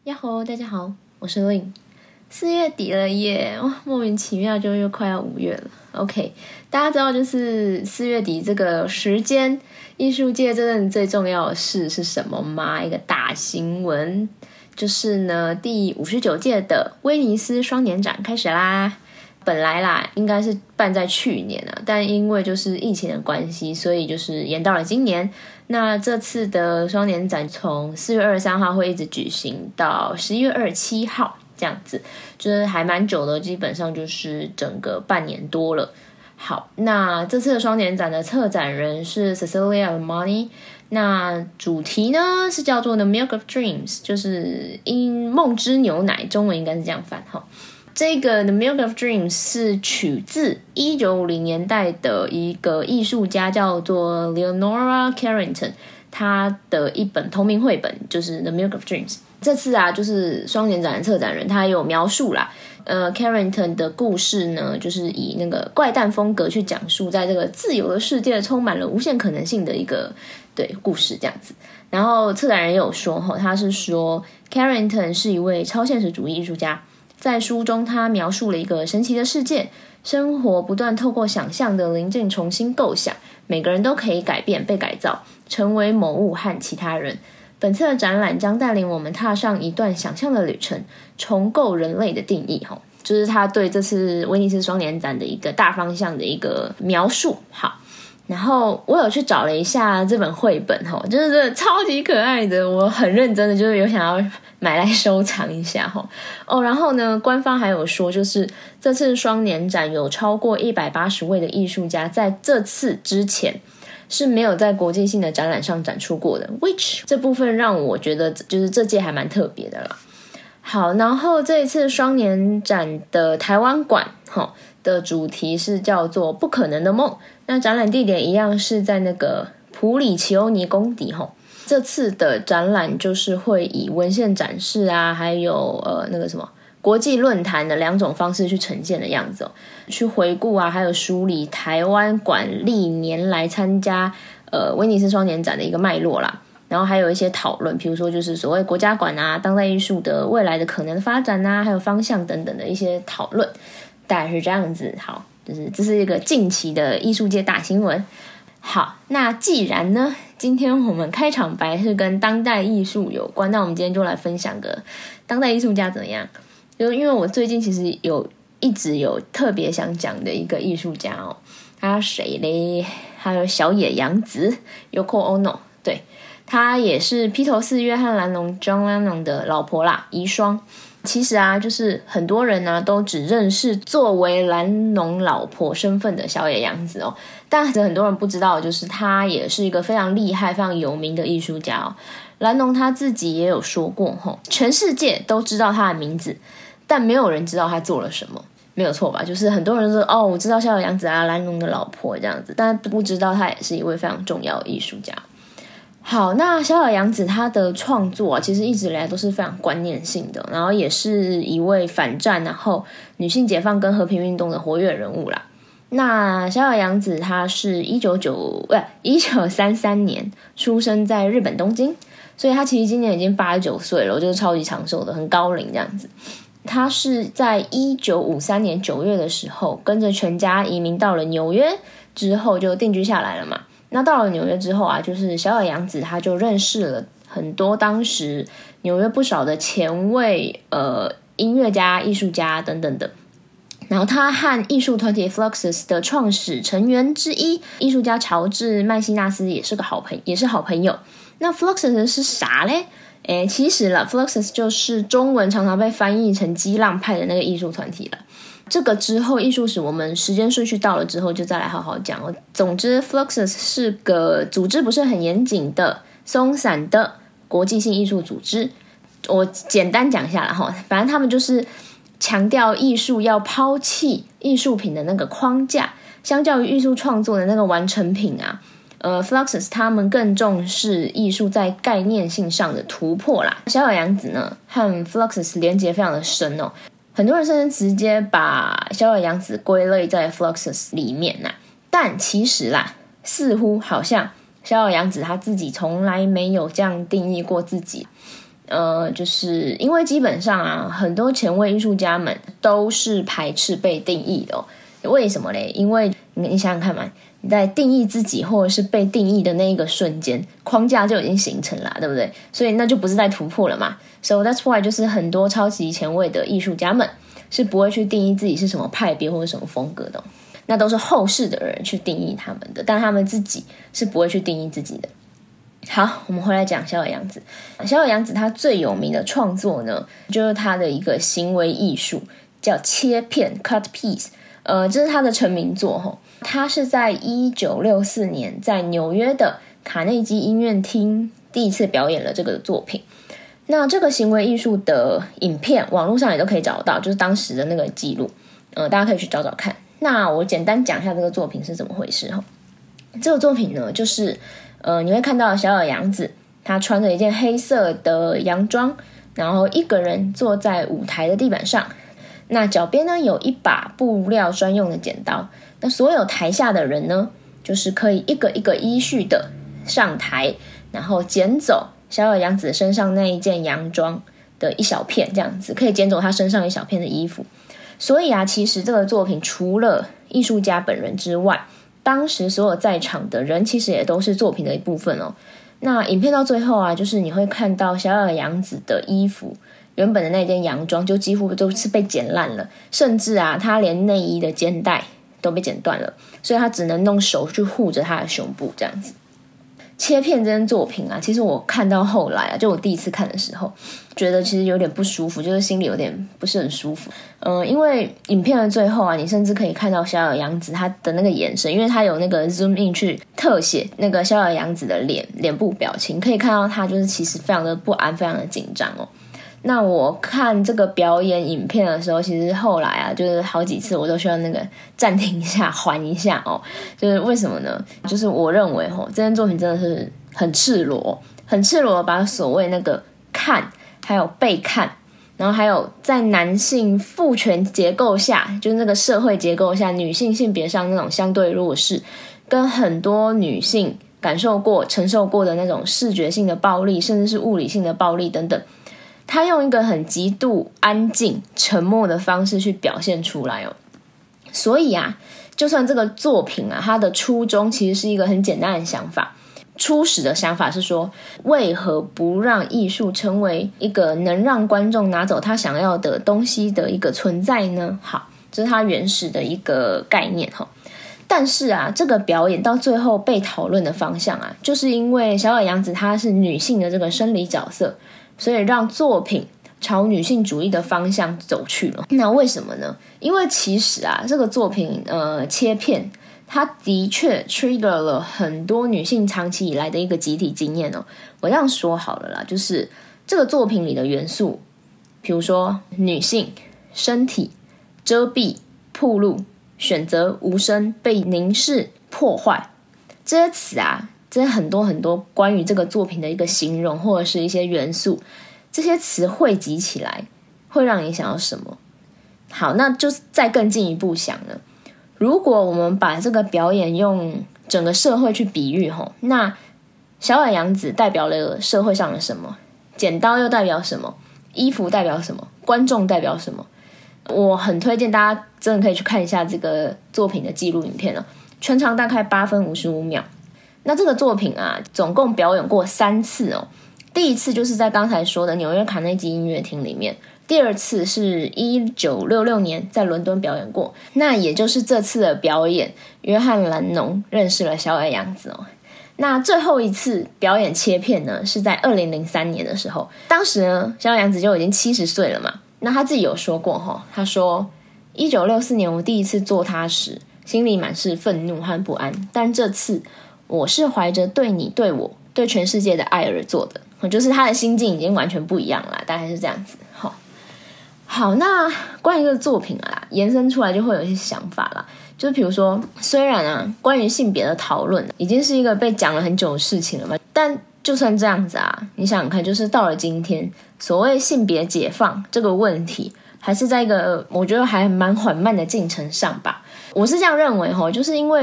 呀吼，大家好，我是 Lin。4月底了耶，莫名其妙就又快要5月了。OK， 大家知道就是4月底这个时间，艺术界真正最重要的事是什么吗？一个大新闻，就是呢第59届的威尼斯双年展开始啦。本来啦应该是办在去年啊，但因为就是疫情的关系，所以就是延到了今年。那这次的双年展从4月23号会一直举行到11月27号这样子，就是还蛮久的，基本上就是整个半年多了。好，那这次的双年展的策展人是 Cecilia Armani， 那主题呢是叫做 The Milk of Dreams， 就是梦之牛奶，中文应该是这样翻哈。这个 The Milk of Dreams 是取自1950年代的一个艺术家叫做 Leonora Carrington， 他的一本同名绘本就是 The Milk of Dreams。 这次啊就是双年展的策展人他有描述啦Carrington 的故事呢就是以那个怪诞风格去讲述在这个自由的世界充满了无限可能性的一个故事这样子。然后策展人也有说他是说 Carrington 是一位超现实主义艺术家，在书中他描述了一个神奇的世界，生活不断透过想象的临近重新构想，每个人都可以改变被改造，成为某物和其他人。本次的展览将带领我们踏上一段想象的旅程，重构人类的定义，就是他对这次威尼斯双年展的一个大方向的一个描述。好，然后我有去找了一下这本绘本，就是真的超级可爱的，我很认真的就是有想要买来收藏一下然后呢官方还有说就是这次双年展有超过180位的艺术家在这次之前是没有在国际性的展览上展出过的， which 这部分让我觉得就是这届还蛮特别的啦。好，然后这一次双年展的台湾馆的主题是叫做不可能的梦，那展览地点一样是在那个普里奇欧尼宫邸这次的展览就是会以文献展示啊，还有那个什么国际论坛的2种方式去呈现的样子去回顾啊，还有梳理台湾馆历年来参加威尼斯双年展的一个脉络啦，然后还有一些讨论，比如说就是所谓国家馆啊，当代艺术的未来的可能发展啊，还有方向等等的一些讨论，大概是这样子。好，就是这是一个近期的艺术界大新闻。好，那既然呢今天我们开场白是跟当代艺术有关，那我们今天就来分享个当代艺术家怎么样。就因为我最近其实一直有特别想讲的一个艺术家他谁嘞？还有小野洋子 Yoko Ono， 对，他也是披头士约翰兰农 John Lennon 的老婆啦，遗孀。其实啊就是很多人呢都只认识作为兰农老婆身份的小野洋子但很多人不知道就是他也是一个非常厉害非常有名的艺术家兰农他自己也有说过全世界都知道他的名字，但没有人知道他做了什么，没有错吧？就是很多人说我知道小野洋子啊，兰农的老婆这样子，但不知道他也是一位非常重要的艺术家。好，那小野洋子他的创作其实一直以来都是非常观念性的，然后也是一位反战然后女性解放跟和平运动的活跃人物啦。那小野洋子他是1933年出生在日本东京，所以他其实今年已经89岁了，就是超级长寿的，很高龄这样子。他是在1953年9月的时候跟着全家移民到了纽约，之后就定居下来了嘛。那到了纽约之后啊，就是小野洋子他就认识了很多当时纽约不少的前卫音乐家艺术家等等的。然后他和艺术团体 Fluxus 的创始成员之一艺术家乔治麦西纳斯也是好朋友。那 Fluxus 是啥嘞？其实啦 Fluxus 就是中文常常被翻译成激浪派的那个艺术团体了。这个之后艺术史我们时间顺序到了之后就再来好好讲总之 Fluxus 是个组织不是很严谨的松散的国际性艺术组织。我简单讲一下啦反正他们就是强调艺术要抛弃艺术品的那个框架，相较于艺术创作的那个完成品啊Fluxus 他们更重视艺术在概念性上的突破啦。小野洋子呢和 Fluxus 连结非常的深很多人甚至直接把小野洋子归类在 Fluxus 里面但其实啦似乎好像小野洋子他自己从来没有这样定义过自己。 就是因为基本上啊，很多前卫艺术家们都是排斥被定义的为什么嘞？因为你想想看嘛，你在定义自己或者是被定义的那一个瞬间，框架就已经形成了，对不对？所以那就不是在突破了嘛。So that's why 就是很多超级前卫的艺术家们是不会去定义自己是什么派别或者什么风格的，那都是后世的人去定义他们的，但他们自己是不会去定义自己的。好，我们回来讲小野洋子。小野洋子他最有名的创作呢，就是他的一个行为艺术，叫切片 cut piece。这是他的成名作吼。他是在1964年在纽约的卡内基音乐厅第一次表演了这个作品。那这个行为艺术的影片，网络上也都可以找到，就是当时的那个记录。大家可以去找找看。那我简单讲一下这个作品是怎么回事吼。这个作品呢，就是你会看到小野洋子，她穿着一件黑色的洋装，然后一个人坐在舞台的地板上。那脚边呢有一把布料专用的剪刀。那所有台下的人呢，就是可以一个一个依序的上台，然后捡走小野洋子身上那一件洋装的一小片，这样子可以捡走她身上一小片的衣服。所以啊，其实这个作品除了艺术家本人之外，当时所有在场的人其实也都是作品的一部分哦。那影片到最后啊，就是你会看到小野洋子的衣服，原本的那件洋装就几乎都是被剪烂了，甚至啊，她连内衣的肩带都被剪断了，所以她只能用手去护着她的胸部这样子。切片这件作品啊，其实我看到后来啊，就我第一次看的时候，觉得其实有点不舒服，就是心里有点不是很舒服。因为影片的最后啊，你甚至可以看到小野洋子她的那个眼神，因为她有那个 zoom in 去特写那个小野洋子的脸部表情，可以看到她就是其实非常的不安，非常的紧张哦。那我看这个表演影片的时候，其实后来啊，就是好几次我都需要那个暂停一下，缓一下哦。就是为什么呢？就是我认为这件作品真的是很赤裸，很赤裸的把所谓那个看，还有被看，然后还有在男性父权结构下，就是那个社会结构下，女性性别上那种相对弱势，跟很多女性感受过、承受过的那种视觉性的暴力，甚至是物理性的暴力等等。他用一个很极度安静沉默的方式去表现出来哦。所以啊，就算这个作品啊，它的初衷其实是一个很简单的想法，初始的想法是说，为何不让艺术成为一个能让观众拿走他想要的东西的一个存在呢？好，这是他原始的一个概念哈。但是啊，这个表演到最后被讨论的方向啊，就是因为小野洋子她是女性的这个生理角色，所以让作品朝女性主义的方向走去了。那为什么呢？因为其实啊，这个作品切片，它的确 trigger 了很多女性长期以来的一个集体经验哦。我这样说好了啦，就是这个作品里的元素，比如说女性、身体、遮蔽、暴露、选择、无声、被凝视、破坏，这些词啊，这些很多很多关于这个作品的一个形容或者是一些元素，这些词汇集起来会让你想要什么？好，那就再更进一步想了，如果我们把这个表演用整个社会去比喻吼，那小野洋子代表了社会上的什么？剪刀又代表什么？衣服代表什么？观众代表什么？我很推荐大家真的可以去看一下这个作品的记录影片了，全长大概8分55秒。那这个作品啊，总共表演过3次哦。第一次就是在刚才说的纽约卡内基音乐厅里面，第二次是1966年在伦敦表演过。那也就是这次的表演，约翰兰农认识了小野洋子哦。那最后一次表演切片呢，是在2003年的时候。当时呢，小野洋子就已经70岁了嘛。那他自己有说过他说1964年我第一次做他时，心里满是愤怒和不安，但这次我是怀着对你、对我、对全世界的爱而做的。就是他的心境已经完全不一样了，大概是这样子。好，那关于这个作品啊，延伸出来就会有一些想法啦。就是比如说，虽然啊，关于性别的讨论已经是一个被讲了很久的事情了嘛，但就算这样子啊，你想想看，就是到了今天，所谓性别解放这个问题，还是在一个我觉得还蛮缓慢的进程上吧。我是这样认为就是因为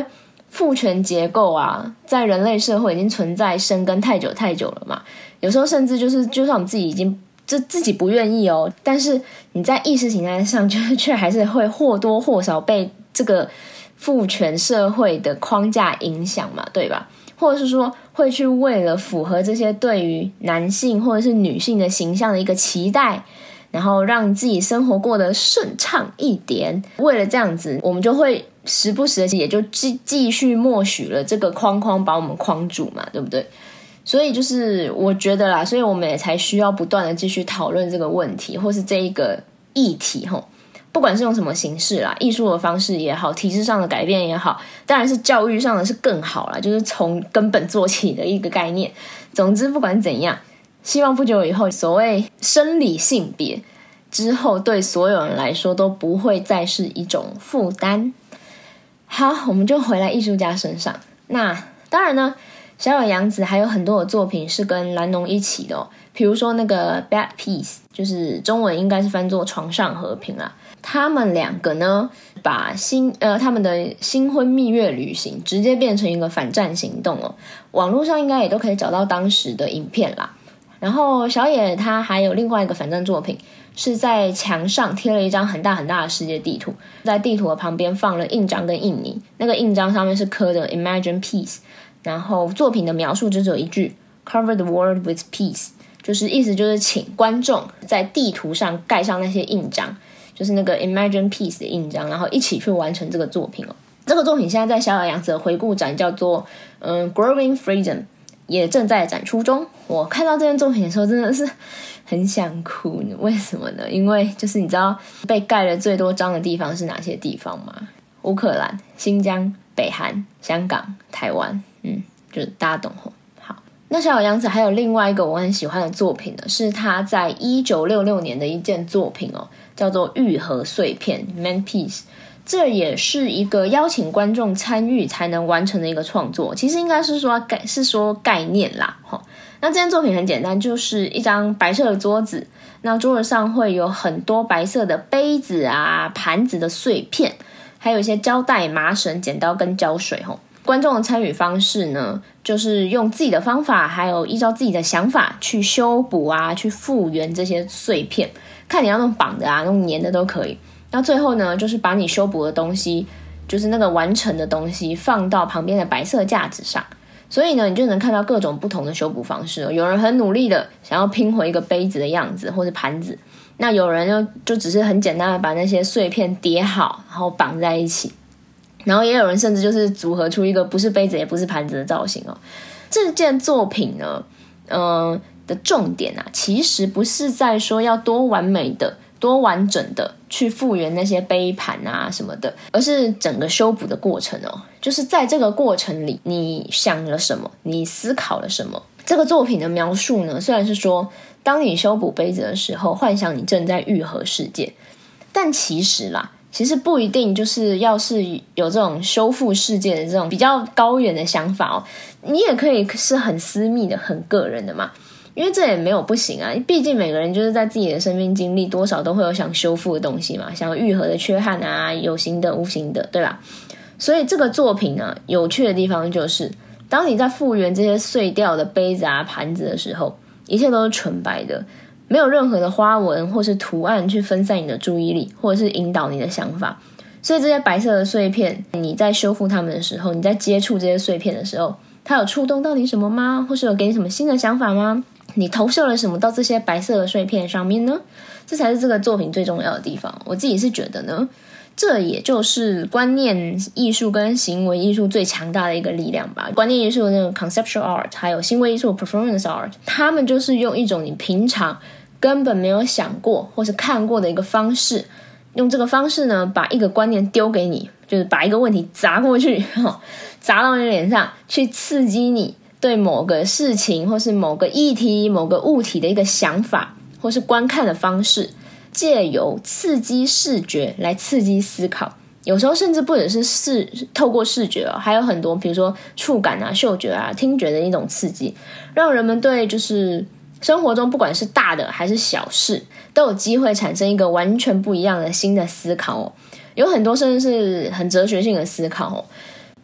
父权结构啊，在人类社会已经存在生根太久了嘛。有时候甚至就算我们自己已经自己不愿意哦，但是你在意识形态上却还是会或多或少被这个父权社会的框架影响嘛，对吧？或者是说会去为了符合这些对于男性或者是女性的形象的一个期待，然后让自己生活过得顺畅一点。为了这样子，我们就会时不时的也就继续默许了这个框框把我们框住嘛，对不对？所以就是我觉得啦，所以我们也才需要不断的继续讨论这个问题，或是这一个议题齁。不管是用什么形式啦，艺术的方式也好，体制上的改变也好，当然是教育上的是更好啦，就是从根本做起的一个概念。总之不管怎样，希望不久以后所谓生理性别之后对所有人来说都不会再是一种负担。好，我们就回来艺术家身上。那当然呢，小野洋子还有很多的作品是跟蓝农一起的哦，比如说那个 Bad Peace， 就是中文应该是翻作床上和平啦。他们两个呢，把他们的新婚蜜月旅行直接变成一个反战行动哦。网络上应该也都可以找到当时的影片啦。然后小野他还有另外一个反战作品，是在墙上贴了一张很大很大的世界地图，在地图的旁边放了印章跟印泥，那个印章上面是刻着 Imagine Peace， 然后作品的描述只有一句 Cover the world with peace， 就是意思就是请观众在地图上盖上那些印章，就是那个 Imagine Peace 的印章，然后一起去完成这个作品哦。这个作品现在在小野洋子的回顾展叫做Growing Freedom， 也正在展出中。我看到这件作品的时候真的是很想哭，为什么呢？因为就是你知道被盖了最多章的地方是哪些地方吗？乌克兰、新疆、北韩、香港、台湾，就是大家懂吼。好，那小野洋子还有另外一个我很喜欢的作品呢，是他在1966年的一件作品哦，叫做愈合碎片 Man Piece。这也是一个邀请观众参与才能完成的一个创作，其实应该是说概念啦。那这件作品很简单，就是一张白色的桌子，那桌子上会有很多白色的杯子啊、盘子的碎片，还有一些胶带、麻绳、剪刀跟胶水。观众的参与方式呢，就是用自己的方法，还有依照自己的想法去修补啊，去复原这些碎片，看你要弄绑的啊，弄粘的都可以。那最后呢，就是把你修补的东西，就是那个完成的东西放到旁边的白色架子上，所以呢你就能看到各种不同的修补方式哦。有人很努力的想要拼回一个杯子的样子或是盘子，那有人就只是很简单的把那些碎片叠好然后绑在一起，然后也有人甚至就是组合出一个不是杯子也不是盘子的造型哦。这件作品呢的重点啊，其实不是在说要多完美的多完整的去复原那些杯盘啊什么的，而是整个修补的过程哦。就是在这个过程里你想了什么，你思考了什么。这个作品的描述呢，虽然是说当你修补杯子的时候幻想你正在愈合世界，但其实不一定就是要是有这种修复世界的这种比较高远的想法哦，你也可以是很私密的很个人的嘛，因为这也没有不行啊，毕竟每个人就是在自己的生命经历多少都会有想修复的东西嘛，想要愈合的缺憾啊，有形的无形的，对吧？所以这个作品呢，有趣的地方就是当你在复原这些碎掉的杯子啊盘子的时候，一切都是纯白的，没有任何的花纹或是图案去分散你的注意力或者是引导你的想法。所以这些白色的碎片，你在修复它们的时候，你在接触这些碎片的时候，它有触动到你什么吗？或是有给你什么新的想法吗？你投射了什么到这些白色的碎片上面呢？这才是这个作品最重要的地方。我自己是觉得呢，这也就是观念艺术跟行为艺术最强大的一个力量吧。观念艺术的那个 conceptual art 还有行为艺术 performance art， 他们就是用一种你平常根本没有想过或是看过的一个方式，用这个方式呢把一个观念丢给你，就是把一个问题砸过去，砸到你脸上，去刺激你对某个事情或是某个议题某个物体的一个想法或是观看的方式，借由刺激视觉来刺激思考。有时候甚至不只是透过视觉还有很多比如说触感啊、嗅觉啊、听觉的一种刺激，让人们对就是生活中不管是大的还是小事都有机会产生一个完全不一样的新的思考哦。有很多甚至是很哲学性的思考哦。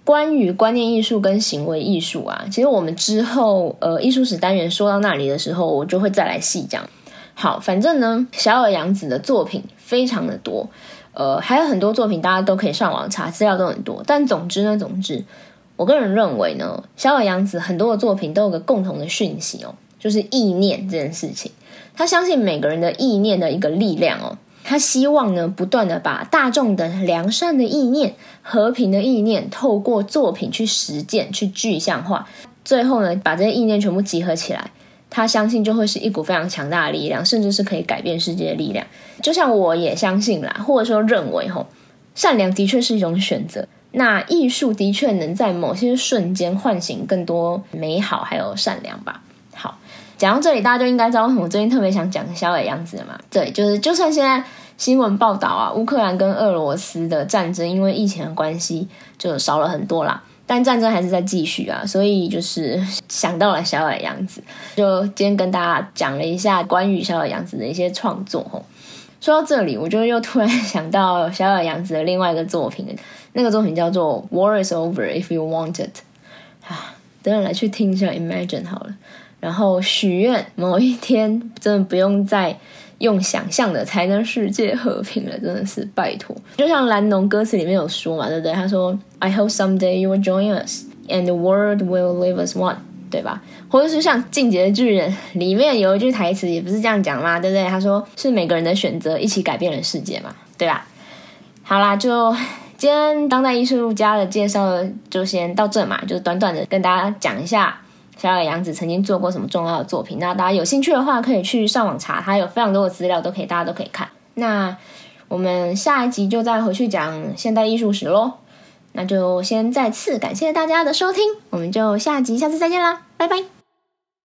关于观念艺术跟行为艺术啊，其实我们之后艺术史单元说到那里的时候，我就会再来细讲。好，反正呢，小野洋子的作品非常的多，还有很多作品大家都可以上网查，资料都很多。但总之，我个人认为呢，小野洋子很多的作品都有个共同的讯息哦，就是意念这件事情。他相信每个人的意念的一个力量哦，他希望呢不断的把大众的良善的意念、和平的意念，透过作品去实践、去具象化，最后呢把这些意念全部集合起来。他相信就会是一股非常强大的力量，甚至是可以改变世界的力量。就像我也相信啦，或者说认为善良的确是一种选择，那艺术的确能在某些瞬间唤醒更多美好还有善良吧。好，讲到这里大家就应该知道为什么我最近特别想讲小野洋子了嘛。对，就算现在新闻报道啊，乌克兰跟俄罗斯的战争因为疫情的关系就少了很多啦，但战争还是在继续啊，所以就是想到了小野洋子，就今天跟大家讲了一下关于小野洋子的一些创作。说到这里，我就又突然想到小野洋子的另外一个作品，那个作品叫做 War is over if you want it 等等来去听一下 Imagine 好了，然后许愿某一天真的不用再用想象的才能世界和平了，真的是拜托。就像蓝农歌词里面有说嘛，对不对？他说 I hope someday you will join us and the world will leave us one， 对吧？或者是像进击的巨人里面有一句台词也不是这样讲嘛，对不对？他说是每个人的选择一起改变了世界嘛，对吧？好啦，就今天当代艺术家的介绍就先到这嘛，就短短的跟大家讲一下小野洋子曾经做过什么重要的作品，那大家有兴趣的话可以去上网查，它有非常多的资料大家都可以看。那我们下一集就再回去讲现代艺术史咯，那就先再次感谢大家的收听，我们就下次再见啦，拜拜。